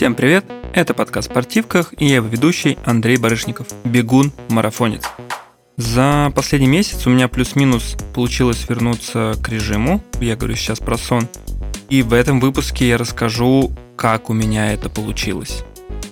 Всем привет! Это подкаст «В спортивках» и я его ведущий Андрей Барышников, бегун-марафонец. За последний месяц у меня плюс-минус получилось вернуться к режиму, я говорю сейчас про сон, и в этом выпуске я расскажу, как у меня это получилось.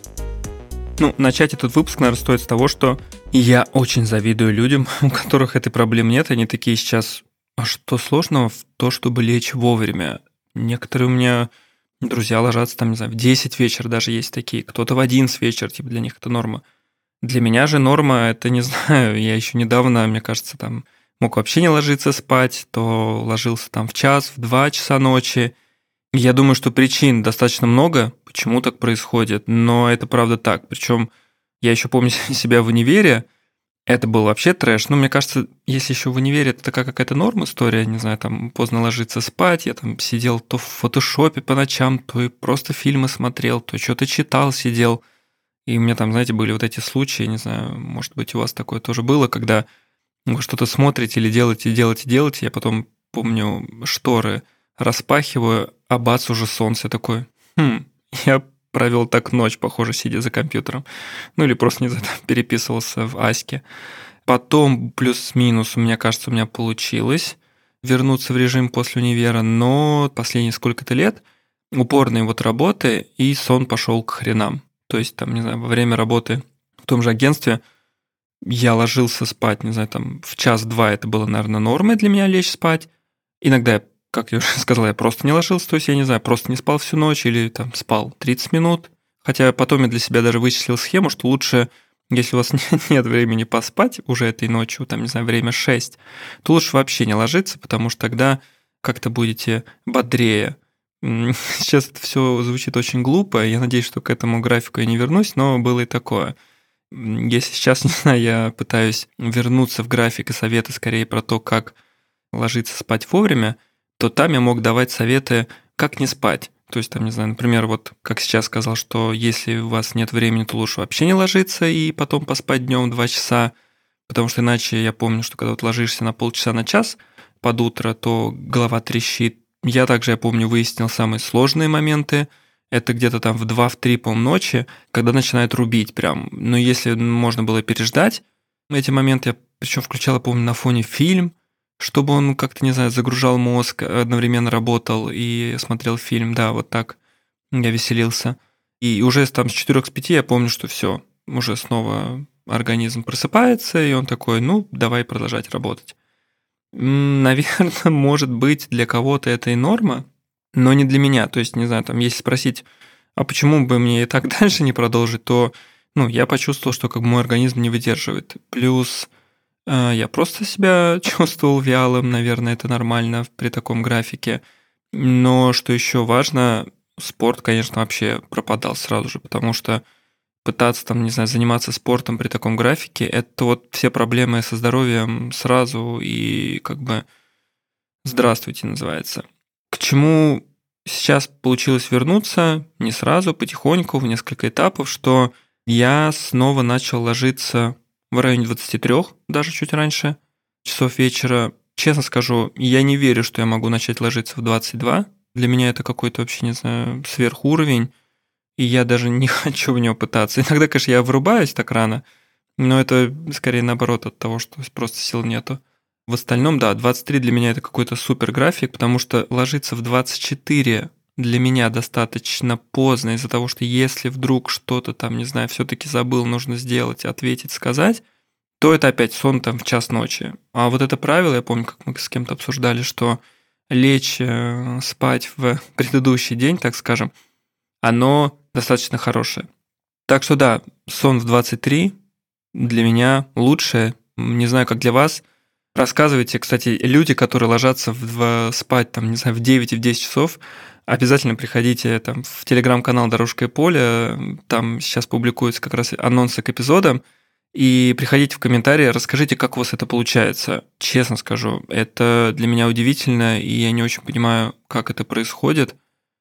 Начать этот выпуск, наверное, стоит с того, что я очень завидую людям, у которых этой проблемы нет, они такие сейчас, а что сложного в то, чтобы лечь вовремя? Некоторые у меня друзья ложатся там, не знаю, в 10 вечера даже есть такие, кто-то в 11 вечера, типа для них это норма. Для меня же норма, это не знаю, я еще недавно, мне кажется, там мог вообще не ложиться спать, то ложился там в час, в 2 часа ночи. Я думаю, что причин достаточно много, почему так происходит, но это правда так. Причем я еще помню себя в универе, это был вообще трэш. Мне кажется, если еще в универе это такая какая-то норма история, не знаю, там поздно ложиться спать, я там сидел то в фотошопе по ночам, то и просто фильмы смотрел, то что-то читал, сидел. И у меня там, знаете, были вот эти случаи, не знаю, может быть, у вас такое тоже было, когда вы что-то смотрите или делаете, я потом, помню, шторы распахиваю, а бац, уже солнце такое. Я провел так ночь, похоже, сидя за компьютером. Или просто, не знаю, там переписывался в Аське. Потом плюс-минус, мне кажется, у меня получилось вернуться в режим после универа, но последние сколько-то лет упорной работы, и сон пошел к хренам. То есть, там, не знаю, во время работы в том же агентстве я ложился спать, не знаю, там в час-два это было, наверное, нормой для меня лечь спать. Иногда я, как я уже сказал, я просто не ложился, то есть я не знаю, просто не спал всю ночь или там спал 30 минут. Хотя потом я для себя даже вычислил схему, что лучше, если у вас нет времени поспать уже этой ночью, там, не знаю, время 6, то лучше вообще не ложиться, потому что тогда как-то будете бодрее. Сейчас это все звучит очень глупо, я надеюсь, что к этому графику я не вернусь, но было и такое. Если сейчас, не знаю, я пытаюсь вернуться в график и советы скорее про то, как ложиться спать вовремя, то там я мог давать советы, как не спать. То есть, там, не знаю, например, как сейчас сказал, что если у вас нет времени, то лучше вообще не ложиться и потом поспать днем 2 часа, потому что иначе я помню, что когда ложишься на полчаса, на час под утро, то голова трещит. Я помню, выяснил самые сложные моменты. Это где-то там в 2-3 полночи, когда начинает рубить прям. Но если можно было переждать эти моменты, я причем включал, я помню, на фоне фильм, чтобы он как-то, не знаю, загружал мозг, одновременно работал и смотрел фильм. Да, вот так я веселился. И уже там с 4-5 я помню, что все, уже снова организм просыпается, и он такой, давай продолжать работать. Наверное, может быть, для кого-то это и норма, но не для меня. То есть, не знаю, там, если спросить, а почему бы мне и так дальше не продолжить, то, я почувствовал, что мой организм не выдерживает. Плюс я просто себя чувствовал вялым, наверное, это нормально при таком графике. Но что еще важно, спорт, конечно, вообще пропадал сразу же, потому что пытаться там, не знаю, заниматься спортом при таком графике, это все проблемы со здоровьем сразу и здравствуйте называется. К чему сейчас получилось вернуться не сразу, потихоньку, в несколько этапов, что я снова начал ложиться в районе 23, даже чуть раньше, часов вечера. Честно скажу, я не верю, что я могу начать ложиться в 22. Для меня это какой-то вообще, не знаю, сверхуровень, и я даже не хочу в него пытаться. Иногда, конечно, я врубаюсь так рано, но это скорее наоборот от того, что просто сил нету. В остальном, да, 23 для меня это какой-то супер график, потому что ложиться в 24 для меня достаточно поздно из-за того, что если вдруг что-то там, не знаю, все-таки забыл, нужно сделать, ответить, сказать, то это опять сон там в час ночи. А вот это правило, я помню, как мы с кем-то обсуждали, что лечь спать в предыдущий день, так скажем, оно достаточно хорошее. Так что да, сон в 23 для меня лучшее. Не знаю, как для вас. Рассказывайте, кстати, люди, которые ложатся спать, там, не знаю, в 9 и в 10 часов, обязательно приходите там, в телеграм-канал «Дорожка и поле», там сейчас публикуются как раз анонсы к эпизодам, и приходите в комментарии, расскажите, как у вас это получается. Честно скажу, это для меня удивительно, и я не очень понимаю, как это происходит,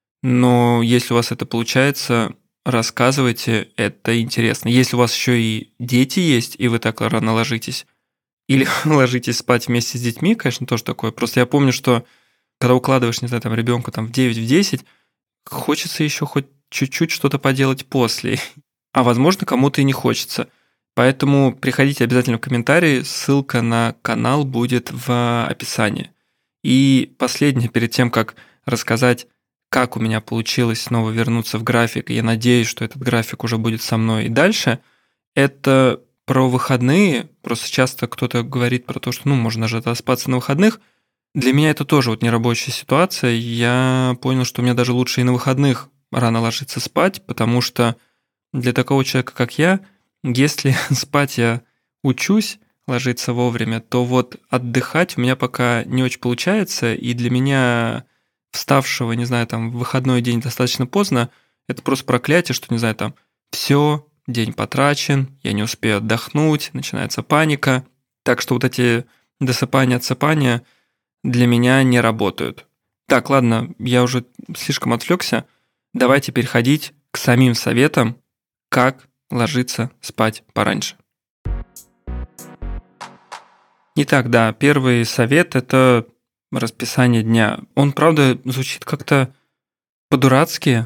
но если у вас это получается, рассказывайте, это интересно. Если у вас еще и дети есть, и вы так рано ложитесь, или ложитесь спать вместе с детьми, конечно, тоже такое. Просто я помню, что когда укладываешь, не знаю, там ребенка там в 9, в 10, хочется еще хоть чуть-чуть что-то поделать после. А возможно, кому-то и не хочется. Поэтому приходите обязательно в комментарии, ссылка на канал будет в описании. И последнее, перед тем, как рассказать, как у меня получилось снова вернуться в график, и я надеюсь, что этот график уже будет со мной и дальше, это про выходные. Просто часто кто-то говорит про то, что можно же отоспаться на выходных. Для меня это тоже нерабочая ситуация. Я понял, что мне даже лучше и на выходных рано ложиться спать, потому что для такого человека, как я, если спать я учусь, ложиться вовремя, то вот отдыхать у меня пока не очень получается, и для меня вставшего, не знаю, в выходной день достаточно поздно, это просто проклятие, что, не знаю, все, день потрачен, я не успею отдохнуть, начинается паника. Так что вот эти досыпания, отсыпания для меня не работают. Так, ладно, я уже слишком отвлекся. Давайте переходить к самим советам, как ложиться спать пораньше. Итак, да, первый совет – это расписание дня. Он, правда, звучит как-то по-дурацки,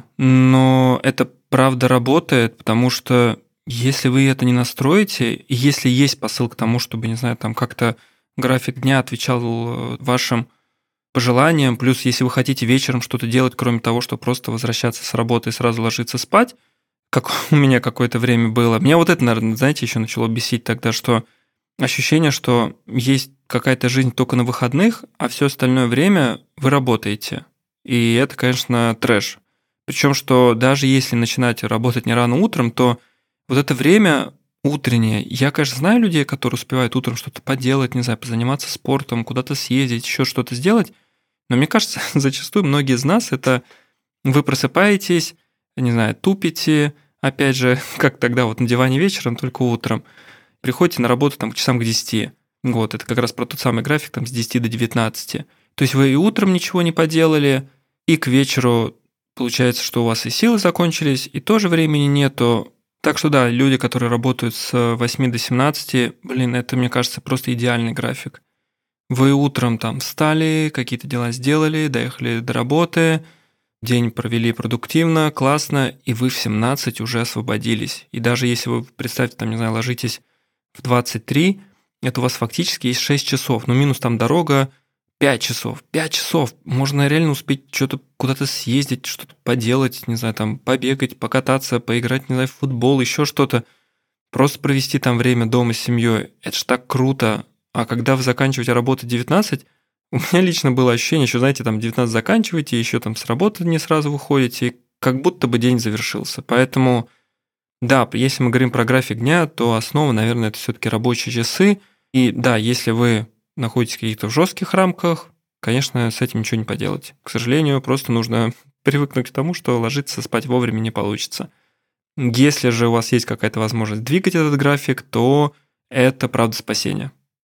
но это правда работает, потому что если вы это не настроите, и если есть посыл к тому, чтобы, не знаю, как-то график дня отвечал вашим пожеланиям, плюс если вы хотите вечером что-то делать, кроме того, что просто возвращаться с работы и сразу ложиться спать, как у меня какое-то время было. Меня вот это, наверное, знаете, еще начало бесить тогда, что ощущение, что есть какая-то жизнь только на выходных, а все остальное время вы работаете. И это, конечно, трэш. Причем, что даже если начинать работать не рано утром, то вот это время утреннее, я, конечно, знаю людей, которые успевают утром что-то поделать, не знаю, позаниматься спортом, куда-то съездить, еще что-то сделать, но мне кажется, зачастую многие из нас это вы просыпаетесь, не знаю, тупите, опять же, как тогда вот на диване вечером, только утром, приходите на работу к часам к 10. Вот, это как раз про тот самый график с 10 до 19. То есть вы и утром ничего не поделали, и к вечеру получается, что у вас и силы закончились, и тоже времени нету. Так что да, люди, которые работают с 8 до 17, это, мне кажется, просто идеальный график. Вы утром встали, какие-то дела сделали, доехали до работы, день провели продуктивно, классно, и вы в 17 уже освободились. И даже если вы, представьте, не знаю, ложитесь в 23, это у вас фактически есть 6 часов, минус дорога, 5 часов. 5 часов. Можно реально успеть что-то куда-то съездить, что-то поделать, не знаю, побегать, покататься, поиграть, не знаю, в футбол, еще что-то. Просто провести время дома с семьей. Это ж так круто. А когда вы заканчиваете работать 19, у меня лично было ощущение, что, знаете, 19 заканчиваете, еще с работы не сразу выходите, и как будто бы день завершился. Поэтому, да, если мы говорим про график дня, то основа, наверное, это все-таки рабочие часы. И да, если вы находитесь в каких-то жестких рамках, конечно, с этим ничего не поделать. К сожалению, просто нужно привыкнуть к тому, что ложиться спать вовремя не получится. Если же у вас есть какая-то возможность двигать этот график, то это, правда, спасение.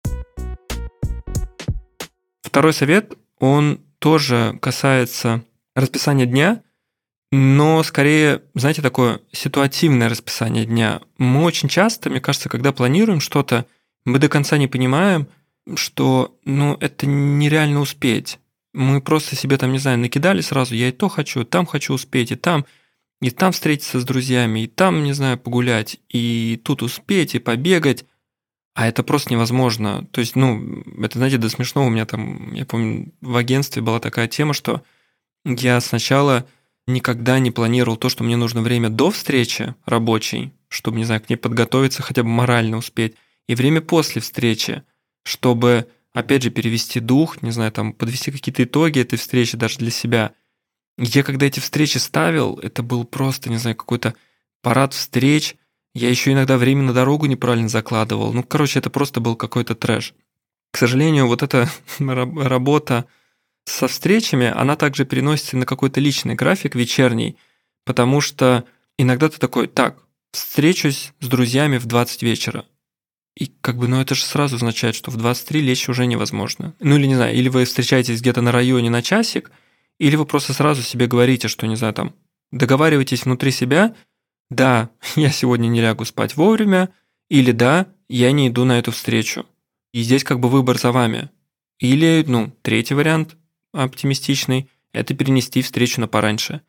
Второй совет, он тоже касается расписания дня, но скорее, знаете, такое ситуативное расписание дня. Мы очень часто, мне кажется, когда планируем что-то, мы до конца не понимаем, что это нереально успеть. Мы просто себе не знаю, накидали сразу, я и то хочу, там хочу успеть, и там встретиться с друзьями, и там, не знаю, погулять, и тут успеть, и побегать. А это просто невозможно. То есть, это, знаете, до смешного у меня я помню, в агентстве была такая тема, что я сначала никогда не планировал то, что мне нужно время до встречи рабочей, чтобы, не знаю, к ней подготовиться, хотя бы морально успеть, и время после встречи, чтобы, опять же, перевести дух, не знаю, подвести какие-то итоги этой встречи даже для себя. Я когда эти встречи ставил, это был просто, не знаю, какой-то парад встреч. Я еще иногда время на дорогу неправильно закладывал. Это просто был какой-то трэш. К сожалению, вот эта работа со встречами, она также переносится на какой-то личный график вечерний, потому что иногда ты такой, встречусь с друзьями в 20 вечера. И это же сразу означает, что в 23 лечь уже невозможно. Или не знаю, или вы встречаетесь где-то на районе на часик, или вы просто сразу себе говорите, что, не знаю, договариваетесь внутри себя, да, я сегодня не лягу спать вовремя, или да, я не иду на эту встречу. И здесь выбор за вами. Или, третий вариант оптимистичный, это перенести встречу на пораньше.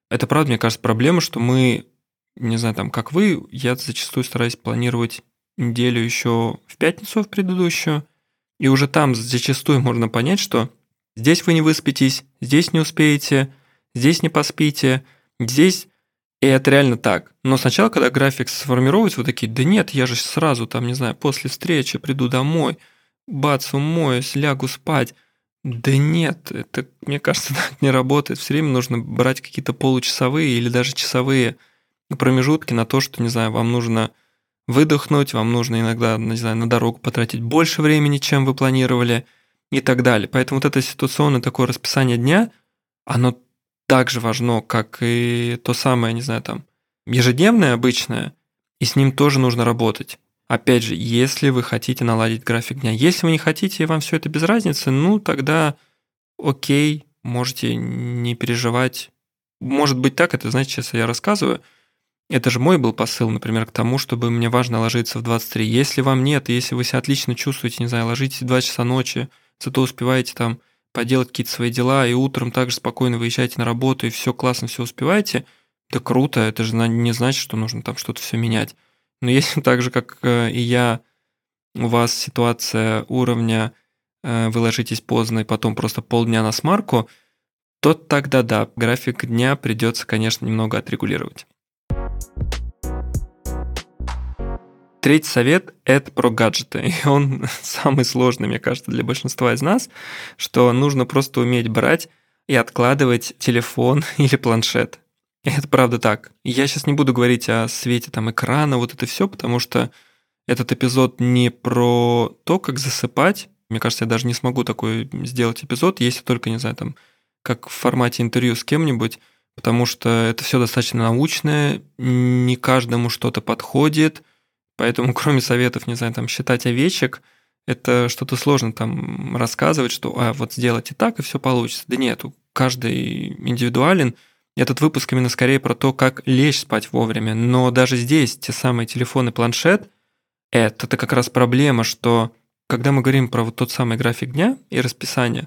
Это правда, мне кажется, проблема, что мы, не знаю, там, как вы, я зачастую стараюсь планировать неделю еще в пятницу в предыдущую, и уже там зачастую можно понять, что здесь вы не выспитесь, здесь не успеете, здесь не поспите, здесь... И это реально так. Но сначала, когда график сформируется, вы такие, да нет, я же сразу там, не знаю, после встречи приду домой, бац, умоюсь, лягу спать. Да нет, это, мне кажется, так не работает. Все время нужно брать какие-то получасовые или даже часовые промежутки на то, что, не знаю, вам нужно выдохнуть, вам нужно иногда, не знаю, на дорогу потратить больше времени, чем вы планировали и так далее. Поэтому вот это ситуационное такое расписание дня, оно так же важно, как и то самое, не знаю, там, ежедневное, обычное, и с ним тоже нужно работать. Опять же, если вы хотите наладить график дня. Если вы не хотите, и вам все это без разницы, ну, тогда окей, можете не переживать. Может быть так, это, знаете, сейчас я рассказываю, это же мой был посыл, например, к тому, чтобы мне важно ложиться в 23. Если вам нет, если вы себя отлично чувствуете, не знаю, ложитесь в 2 часа ночи, зато успеваете там поделать какие-то свои дела, и утром также спокойно выезжаете на работу, и все классно, все успеваете, да круто, это же не значит, что нужно там что-то все менять. Но если так же, как и я, у вас ситуация уровня вы ложитесь поздно и потом просто полдня на смарку, то тогда да, график дня придется, конечно, немного отрегулировать. Третий совет – это про гаджеты. И он самый сложный, мне кажется, для большинства из нас, что нужно просто уметь брать и откладывать телефон или планшет. И это правда так. Я сейчас не буду говорить о свете там экрана, вот это все, потому что этот эпизод не про то, как засыпать. Мне кажется, я даже не смогу такой сделать эпизод, если только, не знаю, там, как в формате интервью с кем-нибудь, потому что это все достаточно научное, не каждому что-то подходит. Поэтому, кроме советов, не знаю, там, считать овечек, это что-то сложно там рассказывать, что вот сделайте так, и все получится. Да нет, каждый индивидуален. Этот выпуск именно скорее про то, как лечь спать вовремя. Но даже здесь те самые телефон и планшет, это как раз проблема, что когда мы говорим про вот тот самый график дня и расписание,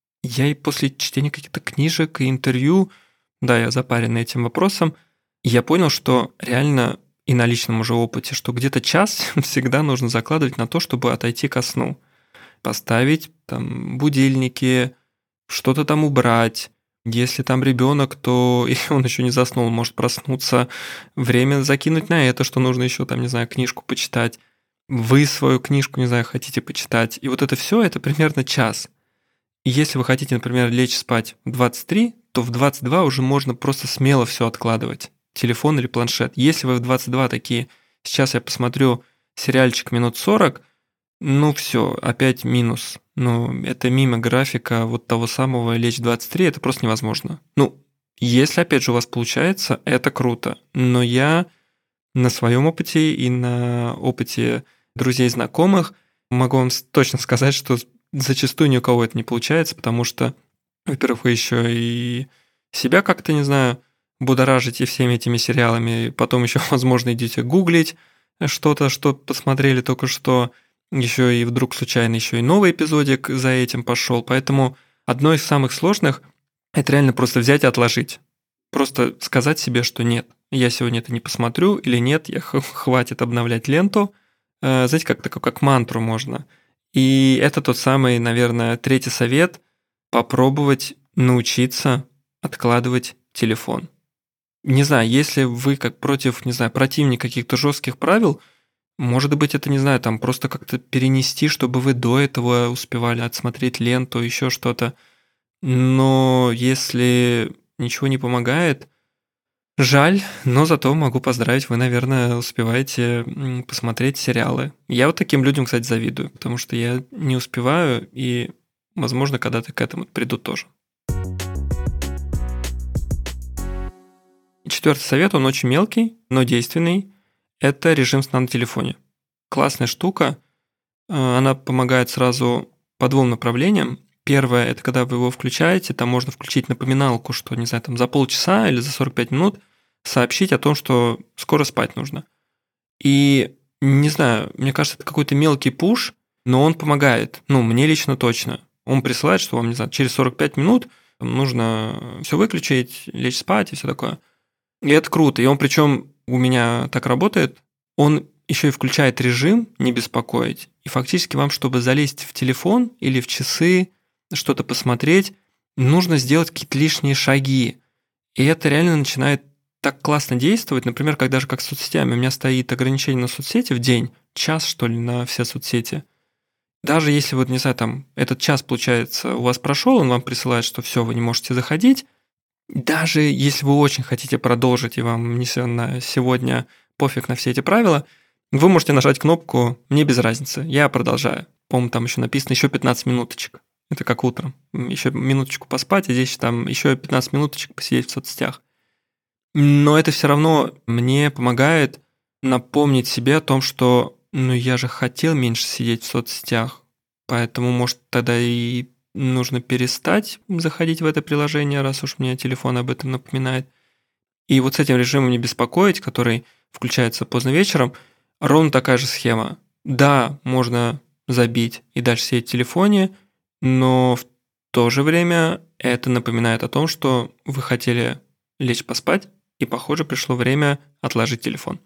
я и после чтения каких-то книжек и интервью, да, я запарен этим вопросом, я понял, что реально и на личном уже опыте, что где-то час всегда нужно закладывать на то, чтобы отойти ко сну. Поставить там будильники, что-то там убрать. Если там ребенок, то и он еще не заснул, может проснуться. Время закинуть на это, что нужно еще там, не знаю, книжку почитать. Вы свою книжку, не знаю, хотите почитать. И вот это все, это примерно час. И если вы хотите, например, лечь спать в 23, то в 22 уже можно просто смело все откладывать. Телефон или планшет. Если вы в 22 такие, сейчас я посмотрю сериальчик минут 40, ну все, опять минус. Ну, это мимо графика вот того самого лечь в 23, это просто невозможно. Ну, если, опять же, у вас получается, это круто. Но я на своем опыте и на опыте друзей и знакомых могу вам точно сказать, что зачастую ни у кого это не получается, потому что, во-первых, вы еще и себя как-то, не знаю, будоражите всеми этими сериалами, потом еще, возможно, идите гуглить что-то, что посмотрели только что, еще и вдруг случайно еще и новый эпизодик за этим пошел. Поэтому одно из самых сложных – это реально просто взять и отложить. Просто сказать себе, что нет, я сегодня это не посмотрю, или нет, я хватит обновлять ленту. Знаете, как мантру можно. И это тот самый, наверное, третий совет – попробовать научиться откладывать телефон. Не знаю, если вы как против, не знаю, противник каких-то жестких правил, может быть, это, не знаю, там просто как-то перенести, чтобы вы до этого успевали отсмотреть ленту, еще что-то. Но если ничего не помогает, жаль, но зато могу поздравить, вы, наверное, успеваете посмотреть сериалы. Я вот таким людям, кстати, завидую, потому что я не успеваю, и, возможно, когда-то к этому приду тоже. Четвертый совет, он очень мелкий, но действенный. Это режим сна на телефоне. Классная штука. Она помогает сразу по двум направлениям. Первое – это когда вы его включаете, там можно включить напоминалку, что, не знаю, там за полчаса или за 45 минут сообщить о том, что скоро спать нужно. И, не знаю, мне кажется, это какой-то мелкий пуш, но он помогает. Ну, мне лично точно. Он присылает, что вам, не знаю, через 45 минут нужно все выключить, лечь спать и все такое. И это круто. И он причем у меня так работает, он еще и включает режим «не беспокоить». И фактически вам, чтобы залезть в телефон или в часы, что-то посмотреть, нужно сделать какие-то лишние шаги. И это реально начинает так классно действовать. Например, даже как с соцсетями. У меня стоит ограничение на соцсети в день, час, что ли, на все соцсети. Даже если, не знаю, там, этот час, получается, у вас прошел, он вам присылает, что все, вы не можете заходить. Даже если вы очень хотите продолжить, и вам не на сегодня пофиг на все эти правила, вы можете нажать кнопку «Мне без разницы, я продолжаю». По-моему, там еще написано еще 15 минуточек. Это как утром. Еще минуточку поспать, а здесь там еще 15 минуточек посидеть в соцсетях. Но это все равно мне помогает напомнить себе о том, что я же хотел меньше сидеть в соцсетях, поэтому, может, тогда и нужно перестать заходить в это приложение, раз уж мне телефон об этом напоминает. И с этим режимом «не беспокоить», который включается поздно вечером, ровно такая же схема. Да, можно забить и дальше сидеть в телефоне, но в то же время это напоминает о том, что вы хотели лечь поспать, и, похоже, пришло время отложить телефон.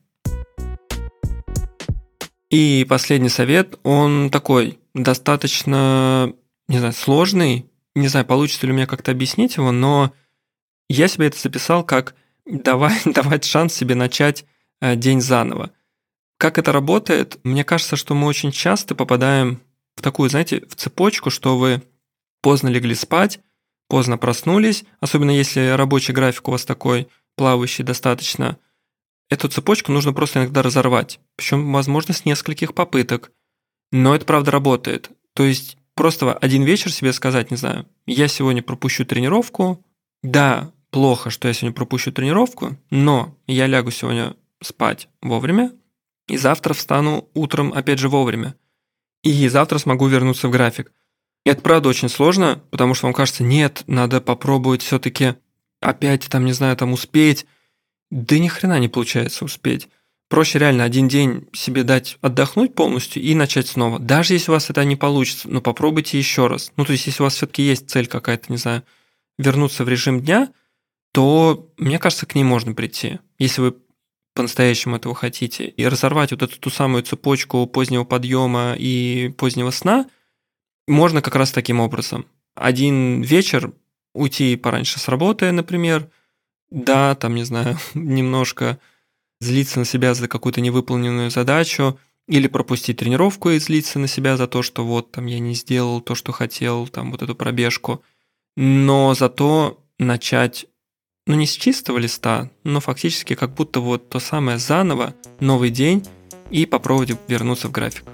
И последний совет, он такой достаточно, сложный. Не знаю, получится ли у меня как-то объяснить его, но я себе это записал как давать шанс себе начать день заново. Как это работает? Мне кажется, что мы очень часто попадаем в такую, в цепочку, что вы поздно легли спать, поздно проснулись, особенно если рабочий график у вас такой плавающий достаточно. Эту цепочку нужно просто иногда разорвать, причем, возможно, с нескольких попыток. Но это правда работает. То есть просто один вечер себе сказать, я сегодня пропущу тренировку. Да, плохо, что я сегодня пропущу тренировку, но я лягу сегодня спать вовремя, и завтра встану утром опять же вовремя. И завтра смогу вернуться в график. И это правда очень сложно, потому что вам кажется, нет, надо попробовать все-таки опять успеть. Да ни хрена не получается успеть. Проще реально один день себе дать отдохнуть полностью и начать снова. Даже если у вас это не получится, но попробуйте еще раз. То есть, если у вас все-таки есть цель какая-то, вернуться в режим дня, то, мне кажется, к ней можно прийти, если вы по-настоящему этого хотите. И разорвать эту ту самую цепочку позднего подъема и позднего сна можно как раз таким образом. Один вечер уйти пораньше с работы, например, да, немножко злиться на себя за какую-то невыполненную задачу или пропустить тренировку и злиться на себя за то, что я не сделал то, что хотел, эту пробежку. Но зато начать, не с чистого листа, но фактически как будто то самое заново, новый день, и попробовать вернуться в график.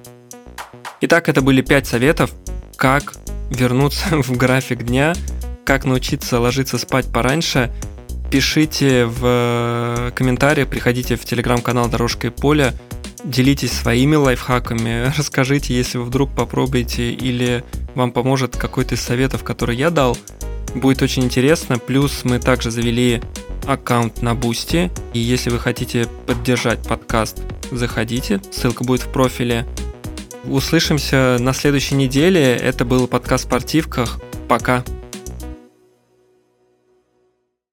Итак, это были 5 советов, как вернуться в график дня, как научиться ложиться спать пораньше. Пишите в комментариях, приходите в телеграм-канал «Дорожка и поле», делитесь своими лайфхаками, расскажите, если вы вдруг попробуете или вам поможет какой-то из советов, который я дал. Будет очень интересно. Плюс мы также завели аккаунт на Boosty, и если вы хотите поддержать подкаст, заходите, ссылка будет в профиле. Услышимся на следующей неделе. Это был подкаст «Спортивках». Пока!